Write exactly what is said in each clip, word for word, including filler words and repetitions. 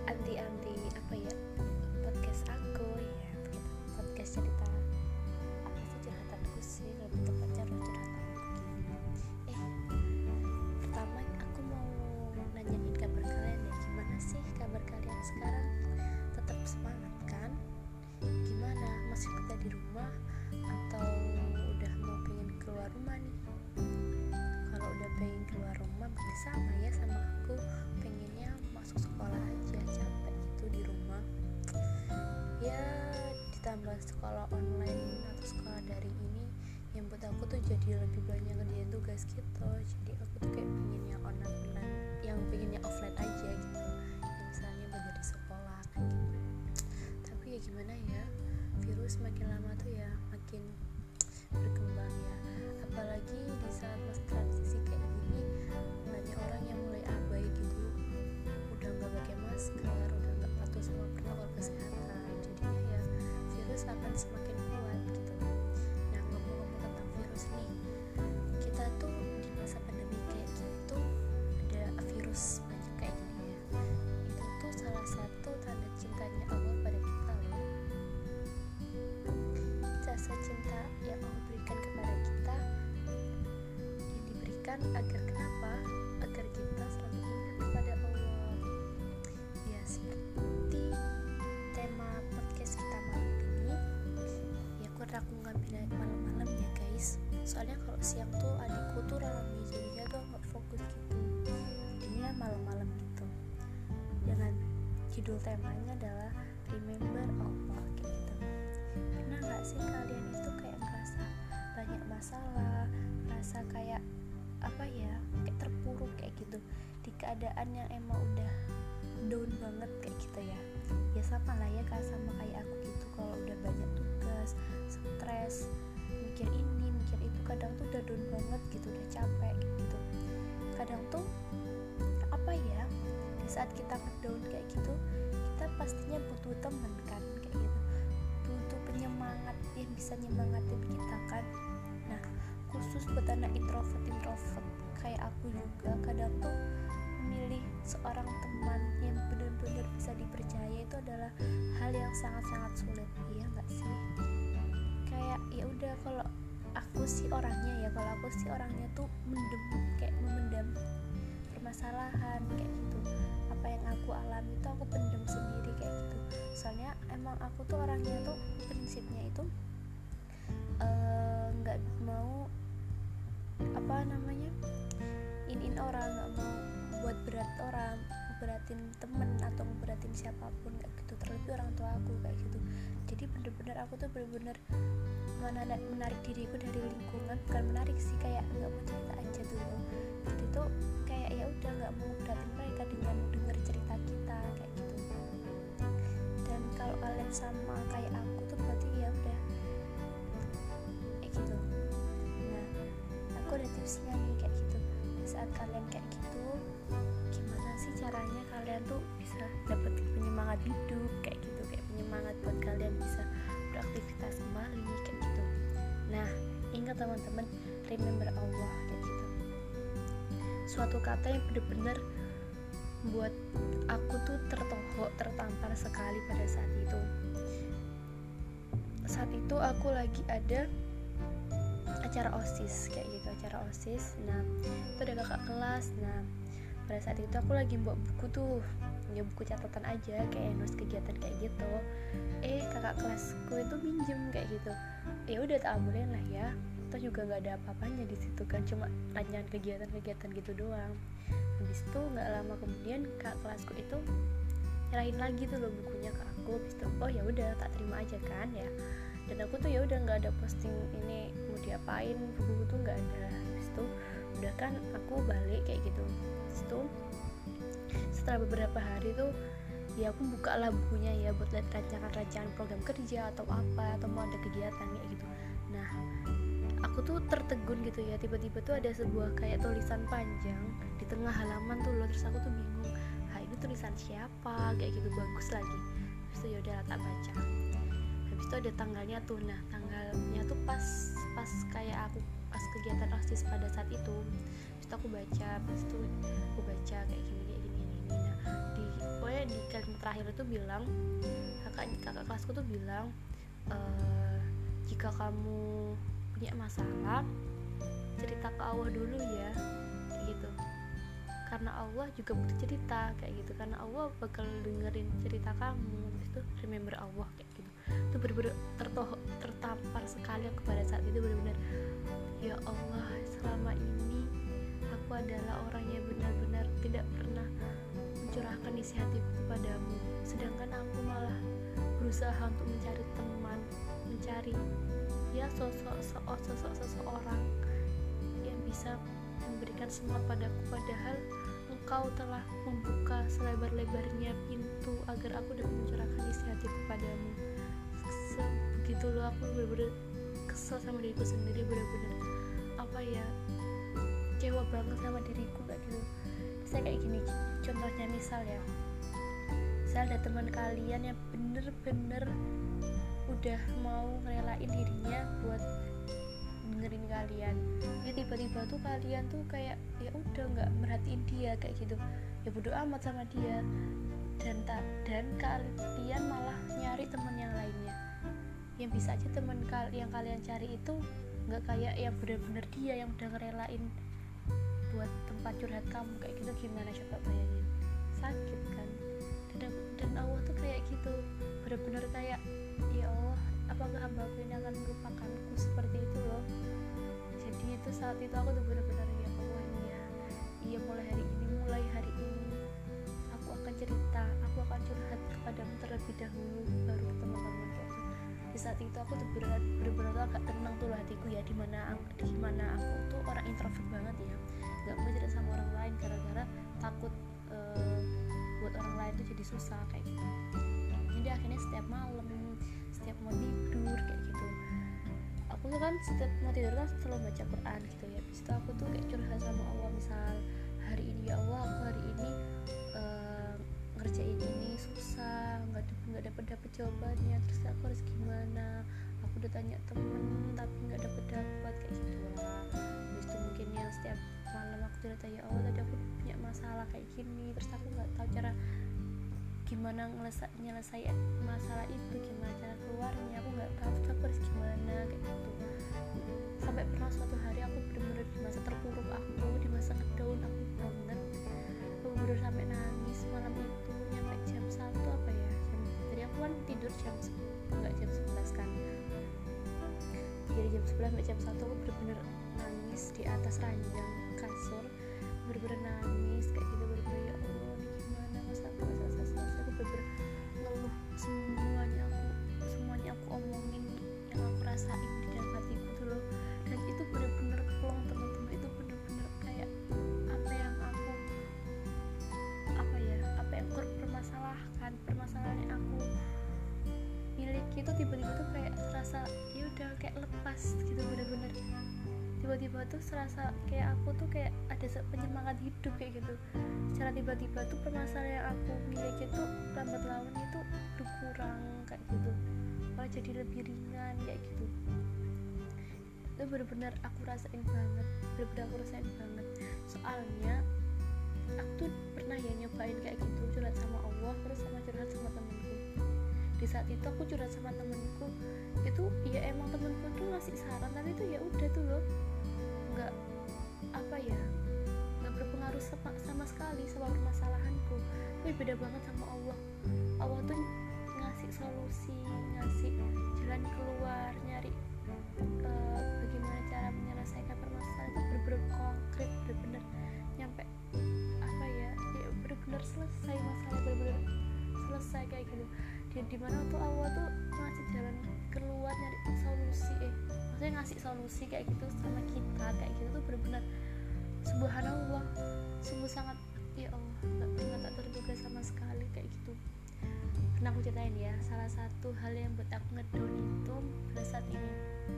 anti-anti apa ya podcast aku ya, podcast cerita apa sih, curhatanku sih, lebih tepatnya curhatanku gini. Eh pertama aku mau nanyain kabar kalian ya, gimana sih kabar kalian sekarang? Tetap semangat kan? Gimana, masih betah di rumah atau udah mau pengen keluar rumah nih? Kalau udah pengen keluar rumah berarti sama ya sama aku, pengennya masuk sekolah aja, capek gitu di rumah ya. Ditambah sekolah online atau sekolah daring ini yang buat aku tuh jadi lebih banyak ngerjain tugas gitu. Jadi aku tuh kayak pengen yang online, yang pengennya offline aja gitu, yang misalnya belajar di sekolah kayak gitu. Tapi ya gimana ya, virus makin lama tuh ya makin berkembang ya, apalagi di saat masa transisi kayak gini, banyak orang yang mulai abai gitu, udah nggak pakai masker, udah nggak patuh sama protokol kesehatan. Jadinya ya virus akan semakin kuat gitu. Nah, ngomong-ngomong tentang virus nih, kita tuh di masa pandemi kayak gitu ada virus banyak kayak gini ya, itu tuh salah satu tanda cintanya Allah pada kita loh. Rasa cinta yang Allah berikan kepada kita, yang diberikan agar kenapa? Agar kita selalu ingat kepada Allah. Ya, seperti tema podcast kita malam ini. Ya, aku aku ngambil malam-malam ya guys. Soalnya kalau siang tuh adikku tuh rame, jadinya tuh nggak fokus gitu. Jadinya malam-malam gitu. Dengan judul temanya adalah Remember Allah kayak gitu. Pernah nggak sih kalian itu kayak merasa banyak masalah, merasa kayak apa ya, kayak terpuruk kayak gitu di keadaan yang emang udah down banget kayak gitu ya? Ya sama lah ya, kan sama kayak aku gitu. Kalau udah banyak tugas, stres, mikir ini, mikir itu, kadang tuh udah down banget gitu, udah capek gitu. Kadang tuh apa ya, di saat kita down kayak gitu, kita pastinya butuh temen kan kayak gitu, butuh penyemangat yang bisa nyemangatin kita kan. Nah, khusus buat anak introvert introvert kayak aku juga, kadang tuh memilih seorang teman yang benar-benar bisa dipercaya itu adalah hal yang sangat-sangat sulit, iya nggak sih? Kayak ya udah, kalau aku sih orangnya ya, kalau aku sih orangnya tuh mendem, kayak memendam permasalahan kayak gitu. Apa yang aku alami itu aku pendem sendiri kayak gitu. Soalnya emang aku tuh orangnya tuh prinsipnya itu nggak uh, mau apa namanya in-in orang, nggak mau buat berat orang, beratin temen atau beratin siapapun kayak gitu, terlebih orang tua aku kayak gitu. Jadi bener-bener aku tuh bener-bener menarik, menarik diriku dari lingkungan, bukan menarik sih, kayak nggak mau cerita aja dulu. Jadi tuh kayak ya udah nggak mau beratin mereka dengan denger cerita kita kayak gitu. Dan kalau kalian sama kayak aku tuh berarti ya udah kayak gitu. Nah, aku ada tipsnya nih kayak gitu. Saat kalian kayak gitu, gimana sih caranya kalian tuh bisa dapetin penyemangat hidup kayak gitu, kayak penyemangat buat kalian bisa beraktivitas kembali kayak gitu. Nah, ingat teman-teman, remember Allah kayak gitu. Suatu kata yang benar-benar buat aku tuh tertohok, tertampar sekali pada saat itu. Saat itu aku lagi ada acara OSIS kayak gitu, acara OSIS. Nah, itu ada kakak kelas. Nah, pada saat itu aku lagi bawa buku tuh, ya buku catatan aja, kayak nulis kegiatan kayak gitu. Eh, kakak kelasku itu minjem kayak gitu. Ya udah, tak ambilin lah ya. Toh juga nggak ada apa-apanya di situ kan, cuma rancangan kegiatan-kegiatan gitu doang. Habis itu nggak lama kemudian kakak kelasku itu nyerahin lagi tuh loh bukunya ke aku. Habis itu oh ya udah, tak terima aja kan ya. Dan aku tuh ya udah nggak ada posting ini mau diapain, buku tuh nggak ada. Habis itu udah kan aku balik kayak gitu. Habis itu setelah beberapa hari tuh ya aku buka lah bukunya ya buat lihat rancangan-rancangan program kerja atau apa, atau mau ada kegiatan kayak gitu. Nah, aku tuh tertegun gitu ya, tiba-tiba tuh ada sebuah kayak tulisan panjang di tengah halaman tuh loh. Terus aku tuh bingung, ha ini tulisan siapa kayak gitu, bagus lagi. Habis itu yaudah tak baca. Habis itu ada tanggalnya tuh. Nah, tanggalnya tuh pas pas kayak aku pas kegiatan OSIS pada saat itu. Habis itu aku baca, habis itu aku baca kayak gini kayak gini, gini. Nah, di pokoknya di kalimat terakhir itu bilang, kakak kakak kelasku tuh bilang, e, jika kamu punya masalah cerita ke Allah dulu ya, kayak gitu, karena Allah juga butuh cerita kayak gitu, karena Allah bakal dengerin cerita kamu. Habis itu remember Allah kayak gitu. Itu benar-benar tertoh- tertampar sekali aku pada saat itu, benar-benar ya Allah, selama ini aku adalah orang yang benar-benar tidak pernah mencurahkan isi hatiku kepadamu, sedangkan aku malah berusaha untuk mencari teman, mencari ya sosok sosok seseorang yang bisa memberikan semangat padaku, padahal engkau telah membuka selebar-lebarnya pintu agar aku dapat mencurahkan isi hatiku padamu. Sebegitu loh, aku benar-benar kesel sama diriku sendiri, benar-benar apa ya, kecewa banget sama diriku kayak gitu. Saya kayak gini contohnya, misal ya, misal ada teman kalian yang bener-bener udah mau ngerelain dirinya buat dengerin kalian, ya tiba-tiba tuh kalian tuh kayak ya udah nggak merhatiin dia kayak gitu, ya bodo amat sama dia, dan tak dan kalian malah nyari teman yang lainnya, yang bisa aja teman kal- yang kalian cari itu nggak kayak yang benar-benar dia yang udah ngerelain buat tempat curhat kamu kayak gitu. Gimana coba bayangin, sakit kan? Dan, dan Allah tuh kayak gitu, benar-benar kayak ya Allah, apakah hambaku ini akan melupakanku seperti itu loh. Jadi itu saat itu aku tuh benar-benar ya Allah, iya iya mulai hari ini mulai hari ini aku akan cerita, aku akan curhat kepadamu terlebih dahulu baru ke teman-teman. Di saat itu aku tuh benar-benar agak tenang tuh hatiku ya, dimana di mana aku tuh orang introvert banget ya, nggak mau cerita sama orang lain gara-gara takut uh, buat orang lain tuh jadi susah kayak gitu. Jadi akhirnya setiap malam, setiap mau tidur kayak gitu, aku tuh kan setiap mau tidur kan selalu baca Quran gitu ya. Habis itu aku tuh kayak curhat sama Allah, misal hari ini ya Allah, aku hari ini uh, ngerjain ini susah, nggak nggak dapat dapat jawabannya, terus aku harus gimana? Aku udah tanya temen tapi nggak dapat dapat kayak gitu lah. Habis itu mungkin yang setiap malam aku cerita, ya Allah tadi aku punya masalah kayak gini, terus aku nggak tahu cara gimana ngelesa- nyelesain masalah itu, gimana cara keluarnya, aku nggak tahu, terus aku harus gimana kayak gitu. Sampai pernah suatu hari aku bener-bener di masa terpuruk aku, di masa ngedown aku banget, aku bener sampai nangis malam itu nyampe jam satu apa ya, jam, jadi aku kan tidur jam nggak jam sebelas kan, jadi jam sebelas sampai jam satu aku bener-bener nangis di atas ranjang kasur, bener-bener nangis kayak gitu, bener-bener ya Allah ini gimana, masa aku masa selesai, aku bener-bener ngeluh semuanya, aku semuanya aku omongin yang aku rasain di dalam hatiku tuh loh. Dan itu bener-bener plong teman-teman, itu bener-bener kayak apa yang aku apa ya apa yang aku permasalahkan, permasalahan yang aku miliki itu tiba-tiba tuh kayak serasa ya udah kayak lepas gitu, bener-bener tiba-tiba tuh serasa kayak aku tuh kayak ada penyemangat hidup kayak gitu. Secara tiba-tiba tuh permasalahan yang aku miliki tuh lambat laun itu berkurang kayak gitu, malah jadi lebih ringan kayak gitu. Itu benar-benar aku rasain banget, benar-benar aku rasain banget. Soalnya aku tuh pernah ya nyobain kayak gitu, curhat sama Allah terus sama curhat sama temenku. Di saat itu aku curhat sama temenku itu ya emang temenku tuh ngasih saran, tapi itu ya udah tuh loh, nggak apa ya nggak berpengaruh sama, sama sekali sama permasalahanku. Tapi beda banget sama Allah. Allah tuh ngasih solusi, ngasih jalan keluar, nyari uh, bagaimana cara menyelesaikan permasalahan itu bener-bener konkret, bener-bener nyampe apa ya ya bener-bener selesai masalah, bener-bener selesai kayak gitu. Dan dimana tuh Allah tuh ngasih jalan keluar, nyari solusi eh maksudnya ngasih solusi kayak gitu sama kita kayak gitu tuh bener-bener subhanallah, sungguh sangat ya Allah, nggak pernah tak terduga sama sekali kayak gitu. Pernah aku ceritain ya, salah satu hal yang buat aku ngedown itu pada saat ini,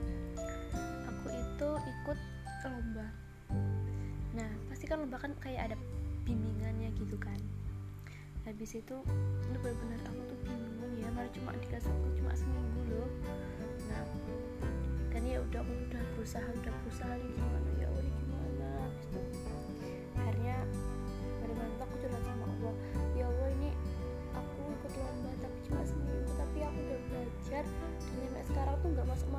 aku itu ikut lomba. Nah pasti kan lomba kan kayak ada bimbingannya gitu kan. Habis itu itu benar-benar aku tuh bingung ya, malah cuma dikasih waktu cuma seminggu loh. Nah kan ya udah aku udah berusaha udah berusaha ini gimana ya Allah ini gimana. Habis itu akhirnya benar-benar aku curhat sama Allah, ya Allah ini aku ikut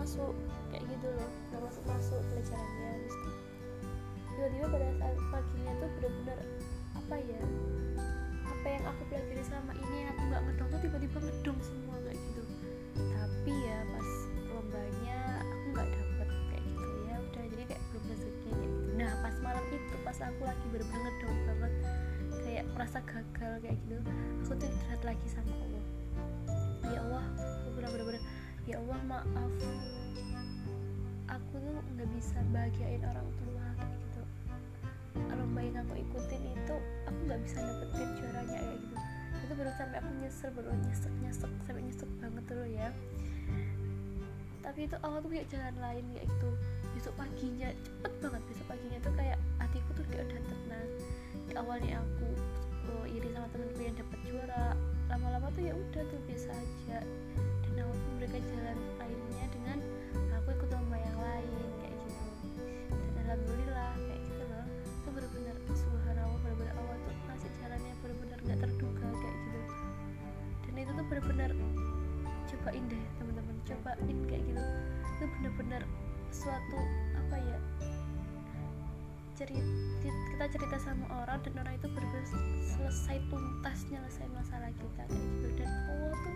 masuk kayak gitu loh, nggak masuk masuk pelajarannya. Terus tiba-tiba pada saat paginya tuh benar-benar apa ya, apa yang aku pelajari selama ini yang aku nggak ngedong tuh tiba-tiba ngedong semua kayak gitu. Tapi ya pas lombanya aku nggak dapet kayak gitu, ya udah jadi kayak belum rezeki kayak gitu. Nah pas malam itu pas aku lagi benar-benar ngedong banget, kayak merasa gagal kayak gitu, aku tuh curhat lagi sama Allah. Ya Allah, aku benar-benar ya Allah maaf, aku tuh nggak bisa bahagiain orang tua kayak gitu. Lomba yang aku ikutin itu aku nggak bisa dapetin juaranya kayak gitu. Itu baru sampai aku nyesel, baru nyesek nyesek sampai nyesek banget dulu ya. Tapi itu Allah tuh kayak jalan lain kayak gitu. Besok paginya cepet banget, besok paginya tuh kayak hatiku tuh kayak udah tenang. Di awalnya aku oh, iri sama temenku yang dapat juara, lama-lama tuh ya udah tuh biasa aja. Dan aku tuh memberikan jalan lainnya dengan aku ikut lomba yang lain kayak gitu. Dan alhamdulillah kayak gitu loh, itu benar-benar subhanallah, benar-benar Allah tuh ngasih jalannya benar-benar nggak terduga kayak gitu. Dan itu tuh benar-benar cobain deh teman-teman, cobain kayak gitu. Itu benar-benar suatu apa ya, cerita, kita cerita sama orang dan orang itu benar-benar selesai tuntas nyelesain masalah kita kayak gitu. Dan Allah tuh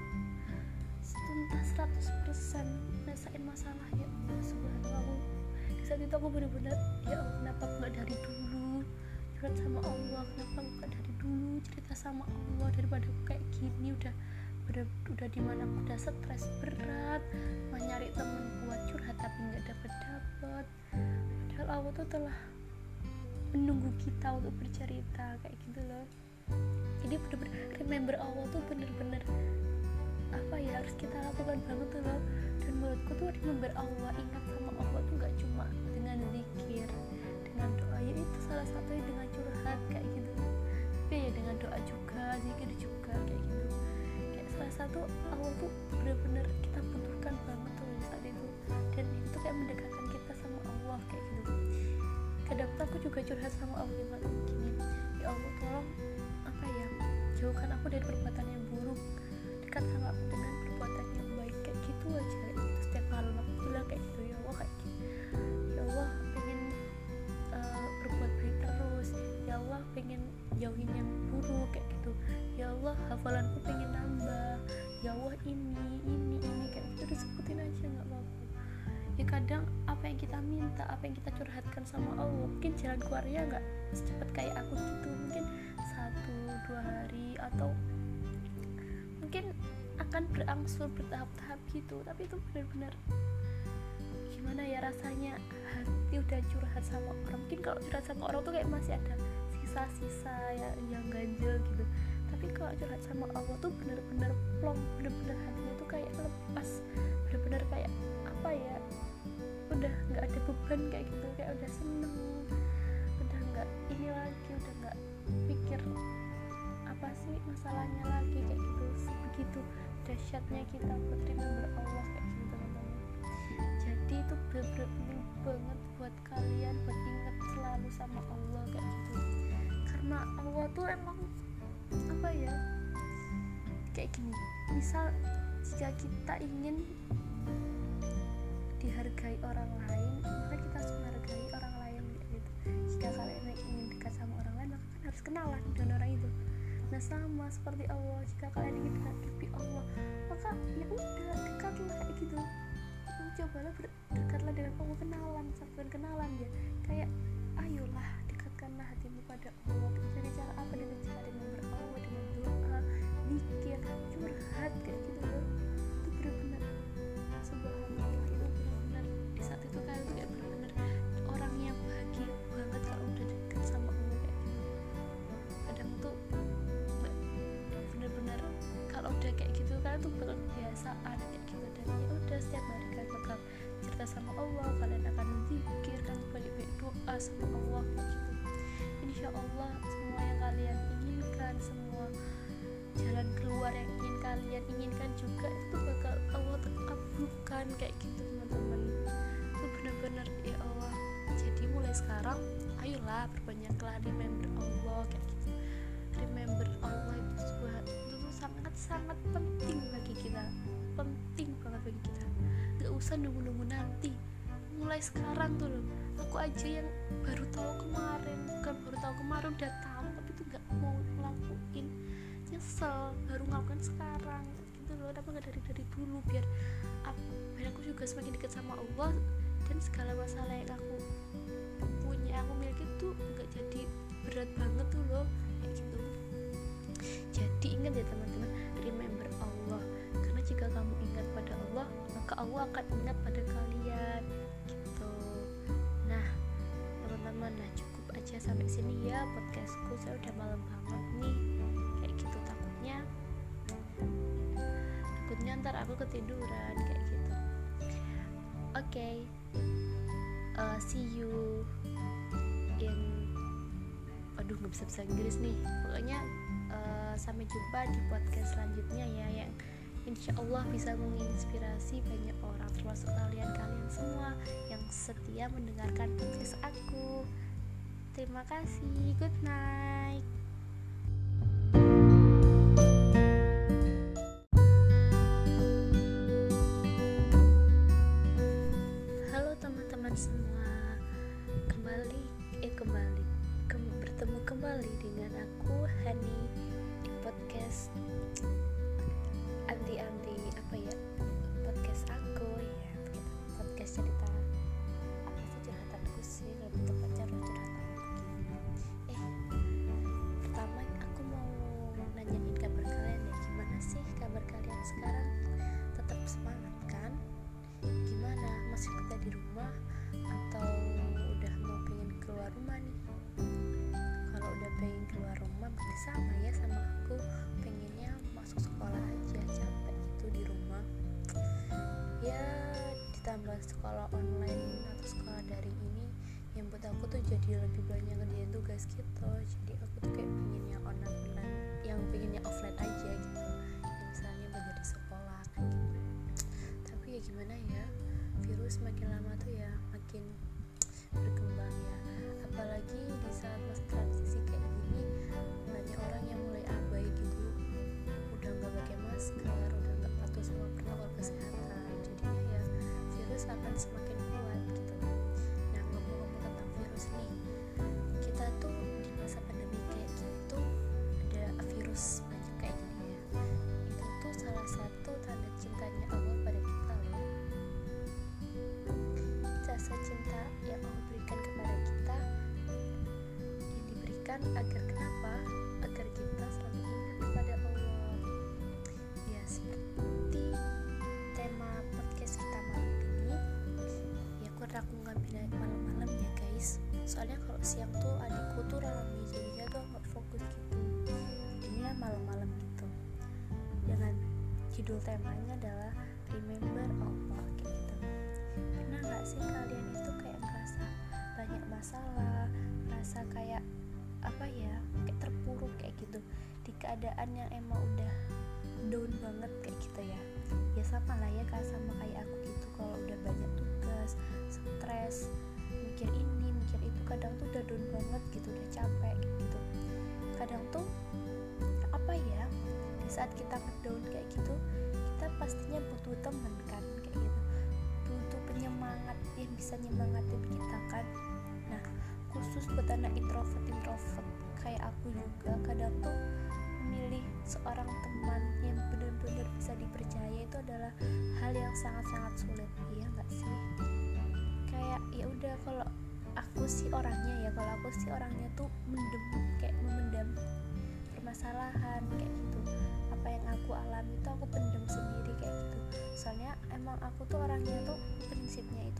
tuntas seratus persen nyelesain masalah ya Allah subhanallah. Di saat itu aku benar-benar ya Allah, kenapa aku gak dari dulu curhat sama Allah, kenapa aku gak dari dulu cerita sama Allah, daripada aku kayak gini udah udah, udah dimana aku udah stres berat mau nyari temen buat curhat tapi nggak dapet dapet. Padahal Allah tuh telah menunggu kita untuk bercerita kayak gitu loh. Jadi bener-bener remember Allah tuh bener-bener apa ya, harus kita lakukan banget tuh loh. Dan menurutku tuh remember Allah, ingat sama Allah tuh nggak cuma dengan zikir, dengan doa, ya itu salah satunya dengan curhat kayak gitu, tapi ya dengan doa juga, zikir juga kayak gitu. Salah satu Allah tuh benar-benar kita butuhkan banget tuh saat itu. Dan itu kayak mendekatkan kita sama Allah kayak gitu. Kadang tuh aku juga curhat sama Allah gini, ya Allah tolong apa ya, jauhkan aku dari perbuatan yang buruk, dekat sama aku dengan perbuatan yang baik kayak gitu aja. Itu setiap malam aku bilang kayak gitu, ya Allah kayak gitu. Ya Allah pengen uh, berbuat baik terus, ya Allah pengen jauhin yang buruk kayak gitu. Ya Allah hafalanku pengen nambah, ya Allah ini ini ini kayak gitu, disebutin aja nggak apa-apa. Ya kadang apa yang kita minta, apa yang kita curhatkan sama Allah, mungkin jalan keluarnya nggak secepat kayak aku gitu, mungkin satu dua hari atau mungkin akan berangsur bertahap-tahap gitu. Tapi itu benar-benar gimana ya rasanya, hati udah curhat sama orang. Mungkin kalau curhat sama orang tuh kayak masih ada sisa-sisa ya, yang ganjel gitu. Tapi kalau curhat sama Allah tuh bener-bener plong, bener-bener hatinya tuh kayak lepas, bener-bener kayak apa ya, udah nggak ada beban kayak gitu, kayak udah seneng, udah nggak ini lagi, udah nggak pikir apa sih masalahnya lagi kayak gitu. Begitu dahsyatnya kita buat remember Allah kayak gitu teman-teman. Jadi itu bener-bener penting banget buat kalian buat ingat selalu sama Allah kayak gitu. Karena Allah tuh emang apa ya, kayak gini, misal jika kita ingin dihargai orang lain, maka kita harus menghargai orang lain gitu. Jika kalian ingin dekat sama orang lain, maka kan harus kenalan dengan orang itu. Nah sama seperti Allah, jika kalian ingin menghargai Allah, maka ya udah dekatlah kayak gitu. Cobalah berdekatlah dengan Allah, kenalan, saling kenalan ya. Kayak ayolah dekatkanlah hatimu pada Allah. Jadi cara apa? Dengan cara remember Allah, dengan doa, zikir, curhat kayak gitu loh. Itu benar-benar subhanallah, itu benar-benar di saat itu kalian tuh kayak benar-benar orang yang bahagia banget kalau udah dekat sama Allah kayak gitu. Kadang tuh benar-benar kalau udah kayak gitu kalian tuh bakal kebiasaan kayak gitu. Dan ya udah setiap hari kalian bakal cerita sama Allah, kalian akan zikir, kan banyak-banyak doa sama Allah kayak gitu. Insya Allah semua yang kalian inginkan, semua jalan keluar yang ingin kalian inginkan juga itu bakal Allah kabulkan kayak gitu teman-teman. Itu benar-benar ya Allah. Jadi mulai sekarang ayolah perbanyak remember Allah kayak gitu. Remember Allah itu sebuah, itu tuh sangat-sangat penting bagi kita, penting banget bagi kita. Gak usah nunggu-nunggu nanti, mulai sekarang tuh loh. Aku aja yang baru tahu kemarin, bukan baru tahu kemarin, udah tahu tapi tuh nggak mau ngelakuin, nyesel baru ngelakuin sekarang gitu loh. Kenapa nggak dari dari dulu, biar biar aku juga semakin dekat sama Allah, dan segala masalah yang aku punya, aku miliki tuh nggak jadi berat banget tuh loh, kayak gitu. Jadi ingat ya teman-teman, remember Allah, karena jika kamu ingat pada Allah, maka Allah akan ingat pada kalian gitu. Nah teman-teman, nah cukup aja sampai sini ya podcastku, saya udah malam banget nih, kayak gitu. Takutnya takutnya ntar aku ketiduran kayak gitu. Oke, okay. uh, see you in, aduh nggak bisa bahasa Inggris nih, pokoknya uh, sampai jumpa di podcast selanjutnya ya, yang insya Allah bisa menginspirasi banyak orang, termasuk kalian-kalian semua yang setia mendengarkan podcast aku. Terima kasih, good night. Halo teman-teman semua, kembali eh kembali Kem- bertemu kembali dengan aku Hani di podcast anti-anti apa ya, podcast aku ya, gitu. Podcast cerita apa sih, curhatanku sih, lebih tepatnya curhatanku gini. Eh pertama aku mau nanyain kabar kalian ya, gimana sih kabar kalian sekarang? Tetap semangat kan? Gimana, masih betah di rumah atau udah mau pengen keluar rumah nih? Kalau udah pengen keluar rumah berarti sama ya sama aku, pengennya masuk sekolah aja, capek gitu di rumah ya. Ditambah sekolah online atau sekolah daring ini yang buat aku tuh jadi lebih banyak ngerjain tugas gitu. Jadi aku tuh kayak pengen yang online online, yang pengen yang offline aja gitu, yang misalnya belajar di sekolah kayak gitu. Tapi ya gimana ya, virus makin lama tuh ya makin berkembang ya, apalagi di saat masa transisi kayak gini, banyak orang yang mulai abai gitu, udah nggak pakai masker, udah nggak patuh sama protokol kesehatan. Jadinya ya virus akan semakin kuat gitu. Nah ngomong-ngomong tentang virus nih, kita tuh di masa pandemi kayak gitu ada virus banyak kayak gini ya, itu tuh salah satu tanda cintanya Allah pada kita loh. Rasa cinta yang Allah berikan kepada kita, yang diberikan agar kenapa? Agar kita selalu ingat kepada Allah. Ya seperti tema podcast kita malam ini, ya aku aku ngambil malam-malam ya guys. Soalnya kalau siang tuh adikku tuh rame, jadinya tuh nggak fokus gitu. Jadinya malam-malam gitu. Dengan judul temanya adalah Remember Allah kayak gitu. Pernah nggak sih kalian itu kayak merasa banyak masalah, merasa kayak apa ya, kayak terpuruk kayak gitu di keadaan yang emang udah down banget kayak gitu ya? Ya sama lah ya, kayak sama kayak aku gitu. Kalau udah banyak tugas, stres, mikir ini mikir itu, kadang tuh udah down banget gitu, udah capek gitu. Kadang tuh apa ya, di saat kita down kayak gitu, kita pastinya butuh temen kan kayak gitu, butuh penyemangat yang bisa nyemangatin kita kan. Nah khusus buat anak introvert introvert kayak aku juga, kadang tuh memilih seorang teman yang benar-benar bisa dipercaya itu adalah hal yang sangat-sangat sulit, iya nggak sih? Kayak ya udah, kalau aku sih orangnya ya kalau aku sih orangnya tuh mendem, kayak memendam permasalahan kayak gitu. Apa yang aku alami itu aku pendem sendiri kayak gitu. Soalnya emang aku tuh orangnya tuh prinsipnya itu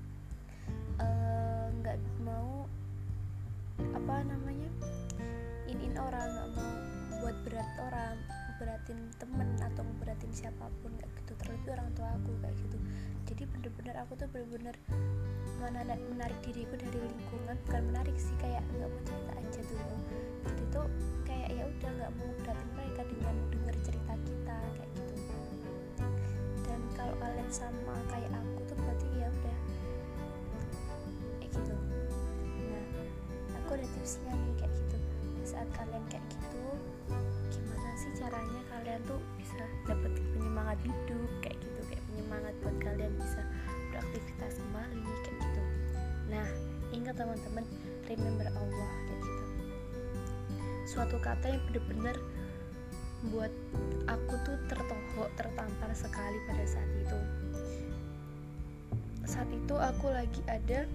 nggak uh, mau apa namanya in-in orang, nggak mau buat berat orang, beratin temen atau beratin siapapun kayak gitu, terlebih orang tua aku kayak gitu. Jadi bener-bener aku tuh bener-bener menarik, menarik diriku dari lingkungan, bukan menarik sih, kayak nggak mau cerita aja dulu. Jadi tuh kayak ya udah nggak mau beratin mereka dengan denger cerita kita kayak gitu. Dan kalau kalian sama kayak aku tuh berarti ya udah kayak gitu. Nah aku ada tipsnya nih kayak gitu. Saat kalian kayak gitu, gimana sih caranya kalian tuh bisa dapat penyemangat hidup kayak gitu, kayak penyemangat buat kalian bisa sekali kayak gitu. Nah, ingat teman-teman, remember Allah kayak gitu. Suatu kata yang benar-benar buat aku tuh tertohok, tertampar sekali pada saat itu. Saat itu aku lagi ada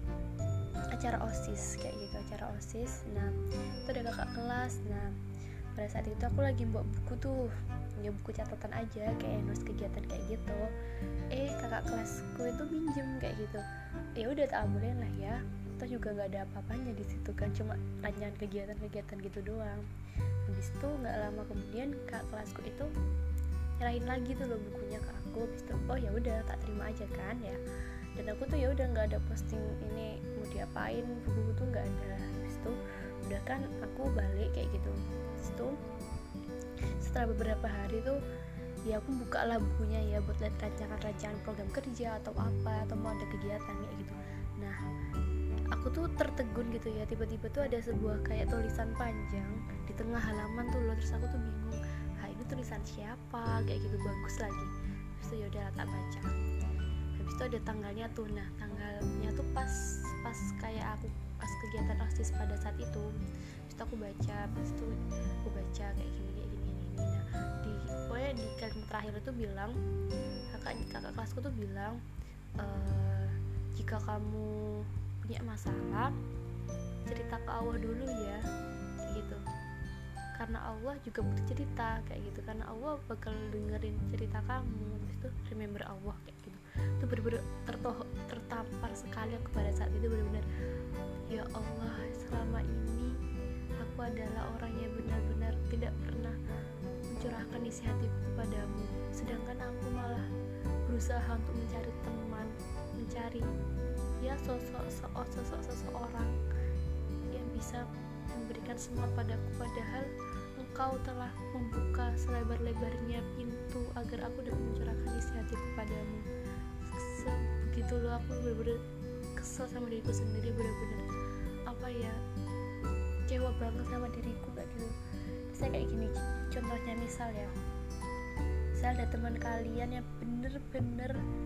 acara OSIS kayak gitu, acara OSIS. Nah, itu ada kakak kelas. Nah, pada saat itu aku lagi bawa buku tuh, ya buku catatan aja kayak nulis kegiatan kayak gitu. Eh, kakak kelasku itu minjem kayak gitu. Ya udah, tak boleh lah ya. Itu juga nggak ada apa-apanya di situ kan, cuma rancangan kegiatan-kegiatan gitu doang. Habis itu nggak lama kemudian kakak kelasku itu nyerahin lagi tuh loh bukunya ke aku. Habis itu oh ya udah, tak terima aja kan ya. Dan aku tuh ya udah nggak ada posting ini mau diapain, buku tuh nggak ada. Habis itu udah kan aku balik kayak gitu. Habis itu setelah beberapa hari tuh ya aku buka lah bukunya ya buat lihat rancangan-rancangan program kerja atau apa, atau mau ada kegiatan kayak gitu. Nah, aku tuh tertegun gitu ya, tiba-tiba tuh ada sebuah kayak tulisan panjang di tengah halaman tuh loh. Terus aku tuh bingung, ha ini tulisan siapa kayak gitu, bagus lagi. Habis itu ya udah tak baca. Habis itu ada tanggalnya tuh. Nah, tanggalnya tuh pas pas kayak aku pas kegiatan OSIS pada saat itu. Habis itu aku baca, habis itu aku baca kayak gini kayak gini gini. Nah, di pokoknya di kalimat terakhir itu bilang, kakak kakak kelasku tuh bilang, e, jika kamu punya masalah cerita ke Allah dulu ya kayak gitu, karena Allah juga butuh cerita kayak gitu, karena Allah bakal dengerin cerita kamu. Habis itu remember Allah kayak gitu. Itu benar-benar tertohok, tertampar sekali aku pada saat itu. Benar-benar ya Allah, selama ini aku adalah orang yang benar-benar tidak pernah mencurahkan isi hatiku kepadamu, sedangkan aku malah berusaha untuk mencari teman, mencari ya sosok sosok seseorang yang bisa memberikan semangat padaku, padahal engkau telah membuka selebar-lebarnya pintu agar aku dapat mencurahkan isi hatiku padamu. Sebegitu loh, aku benar-benar kesel sama diriku sendiri, benar-benar apa ya, kecewa banget sama diriku kayak gitu. Saya kayak gini, contohnya misal ya, misal ada teman kalian yang bener-bener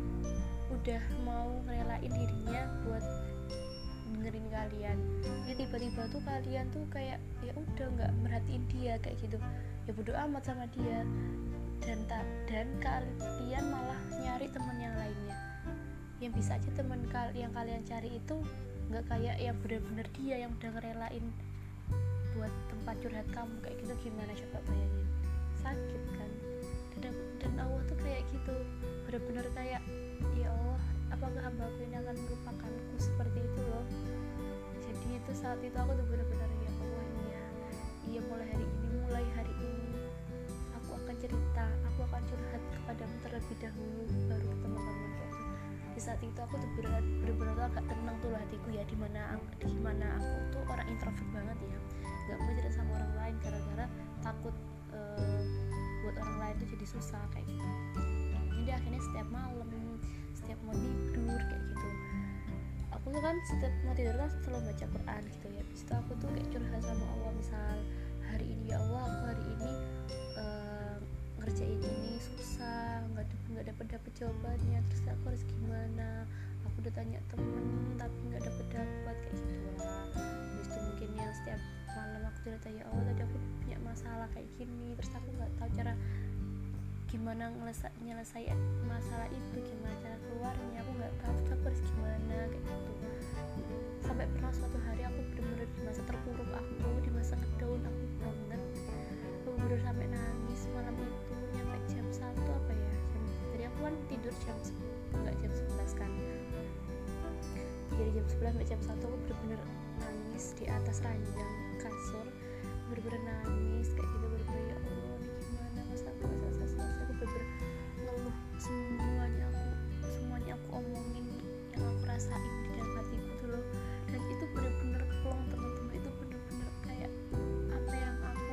udah mau ngerelain dirinya buat dengerin kalian, ya tiba-tiba tuh kalian tuh kayak ya udah nggak merhatiin dia kayak gitu, ya bodo amat sama dia, dan tak dan kalian malah nyari teman yang lainnya, yang bisa aja teman kal yang kalian cari itu nggak kayak yang benar-benar dia yang udah ngerelain buat tempat curhat kamu kayak gitu. Gimana coba bayangin, sakit kan? Dan, dan Allah tuh kayak gitu, benar-benar kayak ya Allah, apakah hambaku ini akan melupakanku seperti itu loh. Jadi itu saat itu aku tuh benar-benar ya Allah, ya iya mulai hari ini mulai hari ini aku akan cerita, aku akan curhat kepadamu terlebih dahulu baru ke teman-teman kayak gitu. Di saat itu aku tuh benar-benar agak tenang tuh loh hatiku ya, dimana dimana aku tuh orang introvert banget ya, nggak mau cerita sama orang lain gara-gara takut uh, buat orang lain tuh jadi susah kayak gitu. Jadi akhirnya setiap malam, setiap mau tidur kayak gitu, aku tuh kan setiap mau tidur kan selalu baca Quran gitu ya. Habis itu aku tuh kayak curhat sama Allah, misal hari ini ya Allah, aku hari ini uh, ngerjain ini susah, nggak nggak dapat dapat jawabannya, terus aku harus gimana? Aku udah tanya temen tapi nggak dapat dapat kayak gitu lah. Habis itu mungkin yang setiap malam aku cerita, ya Allah tadi aku punya masalah kayak gini, terus aku nggak tahu cara gimana nyelesain masalah itu, gimana cara keluarnya, aku nggak tahu, terus aku harus gimana kayak gitu. Sampai pernah suatu hari aku benar-benar di masa terpuruk aku, di masa ngedown aku banget, aku bener sampai nangis malam itu nyampe jam satu apa ya, jam, jadi aku kan tidur jam nggak jam sebelas kan, jadi jam sebelas sampai jam satu aku bener-bener nangis di atas ranjang kasur, bener-bener nangis kayak gitu, bener-bener ya Allah ini gimana, masa aku masa selesai, aku bener-bener ngeluh semuanya, aku semuanya aku omongin yang aku rasain di dalam hatiku tuh loh. Dan itu bener-bener plong teman-teman, itu bener-bener kayak apa yang aku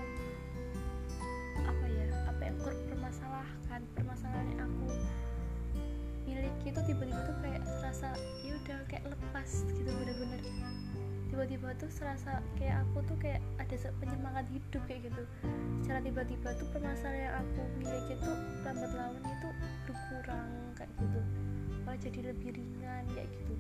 apa ya apa yang aku permasalahkan, permasalahan yang aku miliki itu tiba-tiba tuh kayak serasa ya udah kayak lepas gitu, bener-bener tiba-tiba tuh serasa kayak aku tuh kayak ada penyemangat hidup kayak gitu. Secara tiba-tiba tuh permasalahan yang aku miliki tuh lambat laun itu berkurang kayak gitu, malah jadi lebih ringan kayak gitu.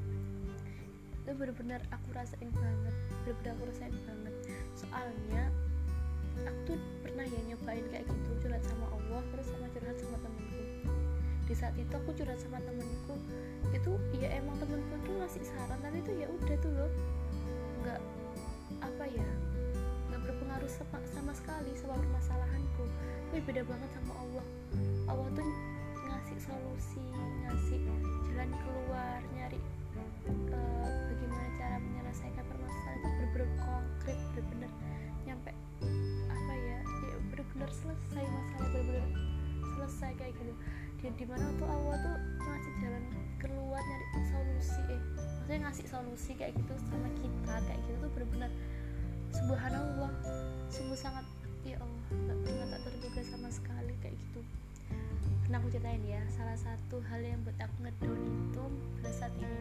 Itu benar-benar aku rasain banget, benar-benar aku rasain banget. Soalnya aku tuh pernah ya nyobain kayak gitu, curhat sama Allah terus sama curhat sama temenku. Di saat itu aku curhat sama temenku, itu ya emang temenku tuh ngasih saran, tapi itu ya udah tuh loh, nggak apa ya, nggak berpengaruh sama, sama sekali sama permasalahanku. Tapi beda banget sama Allah. Allah tuh ngasih solusi, ngasih jalan keluar, nyari uh, bagaimana cara menyelesaikan permasalahan itu bener-bener konkret, bener-bener nyampe apa ya, ya bener-bener selesai masalah, bener-bener selesai kayak gitu. Dan dimana tuh Allah tuh ngasih jalan keluar, nyari solusi, eh maksudnya ngasih solusi kayak gitu sama kita kayak gitu tuh bener-bener subhanallah, sungguh sangat ya Allah, nggak pernah tak terduga sama sekali kayak gitu. Pernah aku ceritain ya, salah satu hal yang buat aku ngedown itu pada saat ini,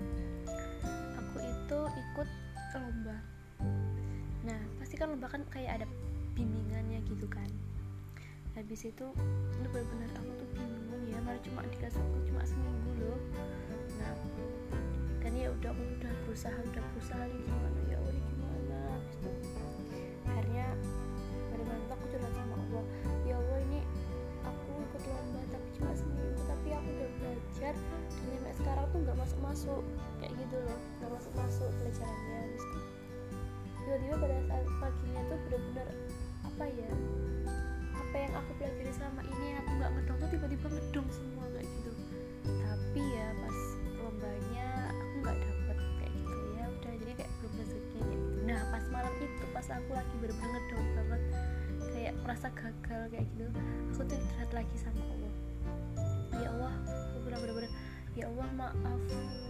aku itu ikut lomba. Nah pasti kan lomba kan kayak ada bimbingannya gitu kan. Habis itu itu benar-benar aku tuh bingung ya, malah cuma dikasih waktu cuma seminggu loh. Nah kan ya udah udah berusaha udah berusaha nih gimana ya udah gimana. Habis itu akhirnya pada malam aku curhat sama Allah, ya Allah ini aku ikut lomba tapi cuma seminggu, tapi aku udah belajar dan sampai sekarang tuh nggak masuk masuk kayak gitu loh, nggak masuk masuk pelajarannya. Habis itu tiba-tiba pada saat paginya tuh benar-benar apa ya, apa yang aku pelajari selama ini yang aku nggak ngedong tuh tiba-tiba ngedong semua kayak gitu. Tapi ya pas lombanya aku nggak dapet kayak gitu, ya udah jadi kayak belum rezeki kayak gitu. Nah pas malam itu pas aku lagi bener-bener ngedong banget, kayak merasa gagal kayak gitu, aku tuh curhat lagi sama Allah, ya Allah aku bener-bener ya Allah maaf,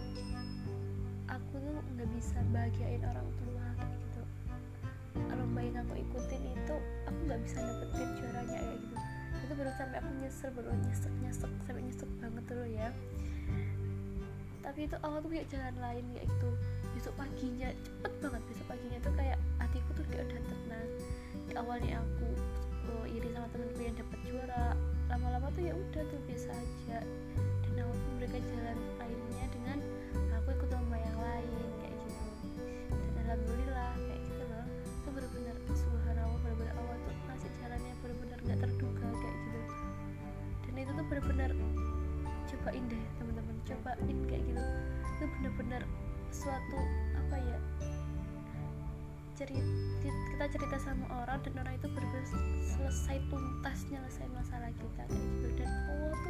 aku tuh nggak bisa bahagiain orang tua kayak gitu. Lomba yang aku ikutin itu aku nggak bisa dapetin juaranya kayak gitu. Itu baru sampai aku nyesel, baru nyesek nyesek sampai nyesek banget dulu ya. Tapi itu Allah tuh punya jalan lain kayak gitu. Besok paginya cepet banget, besok paginya tuh kayak hatiku tuh kayak udah tenang. Ya, awalnya aku oh, iri sama temanku yang dapat juara, lama-lama tuh ya udah tuh biasa aja. Dan Allah tuh memberikan jalan lainnya dengan aku ikut lomba yang lain kayak gitu. Dan alhamdulillah kayak gitu loh. Itu benar-benar subhanallah, benar-benar Allah tuh ngasih jalannya benar-benar nggak terduga kayak gitu. Dan itu tuh benar-benar cobain deh teman-teman, cobain kayak gitu. Itu benar-benar suatu apa ya, cerita kita cerita sama orang dan orang itu benar-benar selesai tuntas nyelesain masalah kita kayak gitu. Dan Allah tuh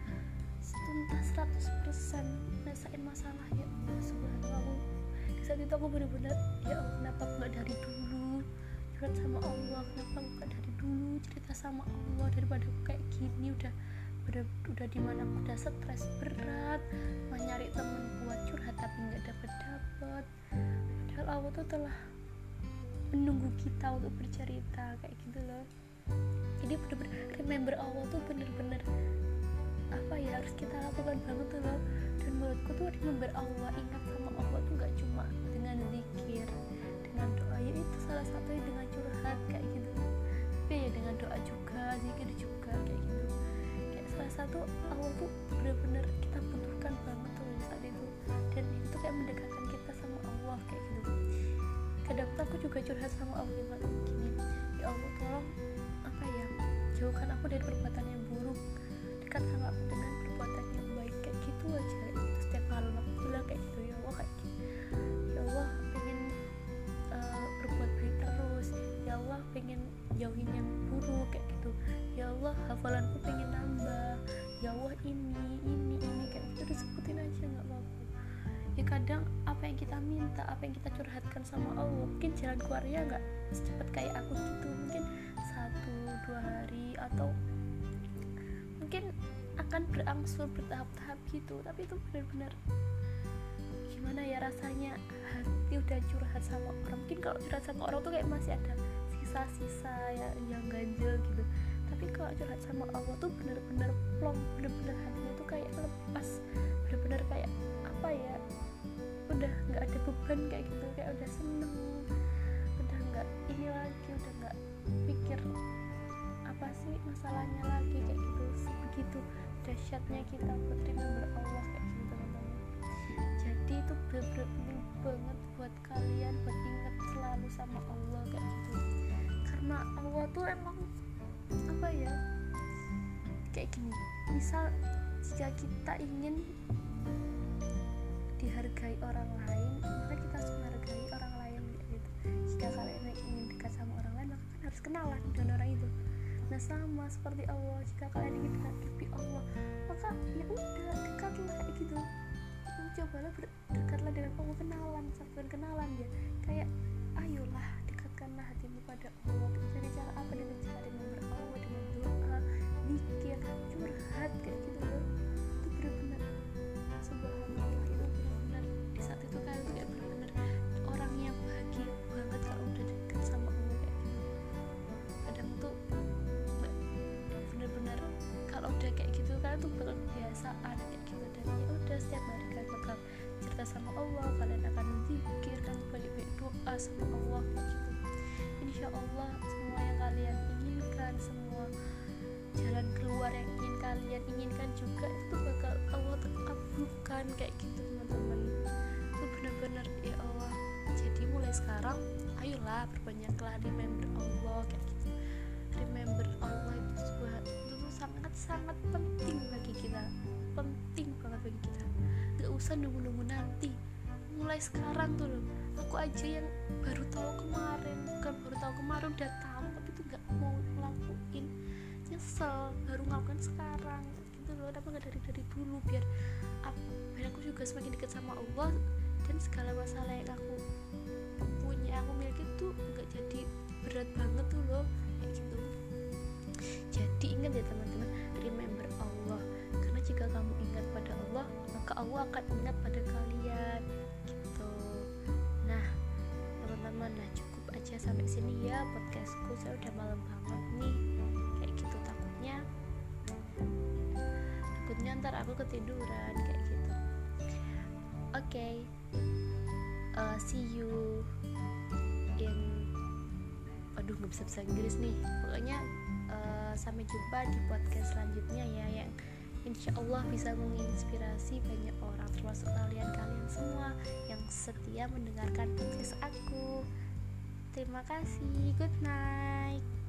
tuntas seratus persen nyelesain masalahnya, subhanallah. Di saat itu aku benar-benar ya Allah, kenapa aku nggak dari dulu curhat sama Allah, kenapa aku nggak dari dulu cerita sama Allah, daripada aku kayak gini udah udah udah dimana aku udah stres berat, mau nyari temen buat curhat tapi nggak dapet dapet. Padahal Allah tuh telah menunggu kita untuk bercerita kayak gitu loh. Jadi bener-bener remember Allah tuh bener-bener apa ya, harus kita lakukan banget tuh loh. Dan menurutku tuh remember Allah, ingat sama Allah tuh gak cuma dengan zikir, dengan doa, ya itu salah satunya dengan curhat kayak gitu, tapi ya dengan doa juga, zikir juga kayak gitu. Kayak salah satu Allah tuh bener-bener kita butuhkan banget tuh di saat itu. Dan itu kayak mendekatkan kita sama Allah kayak gitu. Kadang tuh aku juga curhat sama Allah gimana gini, ya Allah tolong apa ya, jauhkan aku dari perbuatan yang buruk, dekat sama aku dengan perbuatan yang baik kayak gitu aja. Itu setiap malam aku bilang kayak gitu, ya Allah kayak gitu, ya Allah pengen uh, berbuat baik terus, ya Allah pengen jauhin yang buruk kayak gitu, ya Allah hafalanku pengen nambah, ya Allah ini ini ini kayak gitu, udah sebutin aja nggak apa-apa. Ya kadang apa yang kita minta, apa yang kita curhatkan sama Allah, mungkin jalan keluarnya nggak secepat kayak aku gitu, mungkin satu dua hari atau mungkin akan berangsur bertahap-tahap gitu. Tapi itu benar-benar gimana ya rasanya, hati udah curhat sama orang. Mungkin kalau curhat sama orang tuh kayak masih ada sisa-sisa ya, yang ganjel gitu. Tapi kalau curhat sama Allah tuh benar-benar plong, benar-benar hatinya tuh kayak lepas, benar-benar kayak apa ya, udah nggak ada beban kayak gitu, kayak udah seneng, udah nggak ini lagi, udah nggak pikir apa sih masalahnya lagi kayak gitu. dahsyatnya kita buat remember Allah kayak gitu teman-teman. Jadi itu bener-bener penting banget buat kalian buat ingat selalu sama Allah kayak gitu, karena Allah tuh emang apa ya, kayak gini, misal jika kita ingin dihargai orang lain, maka kita harus menghargai orang lain kayak gitu. Jika kalian ingin dekat sama orang lain, maka kan harus kenalan dengan orang itu. Nah sama seperti Allah, jika kalian ingin dekat Allah, maka ya udah dekatlah kayak gitu. Cobalah berdekatlah dengan Allah, kenalan, sabar kenalan ya. Kayak ayolah dekatkanlah hatimu pada Allah. Jadi cara apa? Dengan cara remember Allah, dengan doa, mikir, curhat kayak gitu loh. Itu benar-benar subhanallah, itu benar-benar di saat itu kalian tuh kayak benar-benar orang yang bahagia banget kalau udah deket sama Allah kayak gitu. Kadang tuh benar-benar kalau udah kayak gitu kalian tuh bakal kebiasaan kayak gitu, dan ya udah setiap hari kalian bakal cerita sama Allah, kalian akan zikir, kalian balik-balik doa sama Allah kayak gitu. Insya Allah semua yang kalian inginkan, semua jalan keluar yang ingin kalian inginkan juga itu bakal Allah kabulkan kayak gitu teman-teman. Itu benar-benar ya Allah. Jadi mulai sekarang ayolah perbanyaklah remember Allah kayak gitu. Remember Allah itu sebuah itu sangat-sangat penting bagi kita, penting banget bagi kita. Gak usah nunggu-nunggu nanti, mulai sekarang tuh loh. Aku aja yang baru tahu kemarin, bukan baru tahu kemarin udah tahu tapi tuh gak mau ngelakuin, nyesel baru ngelakuin sekarang gitu loh. Kenapa gak dari dari dulu, biar apa, biar aku juga semakin dekat sama Allah, dan segala masalah yang aku punya, aku miliki tuh gak jadi berat banget tuh loh kayak gitu. Jadi ingat ya teman-teman, remember Allah, karena jika kamu ingat pada Allah, maka Allah akan ingat pada kalian gitu. Nah teman-teman, nah cukup aja sampai sini ya podcastku, saya udah malam banget nih kayak gitu. Takutnya takutnya ntar aku ketiduran kayak gitu. Oke, okay. uh, see you in aduh nggak bisa bahasa Inggris nih, pokoknya uh, sampai jumpa di podcast selanjutnya ya, yang insya Allah bisa menginspirasi banyak orang, termasuk kalian-kalian semua yang setia mendengarkan podcast aku. Terima kasih, good night.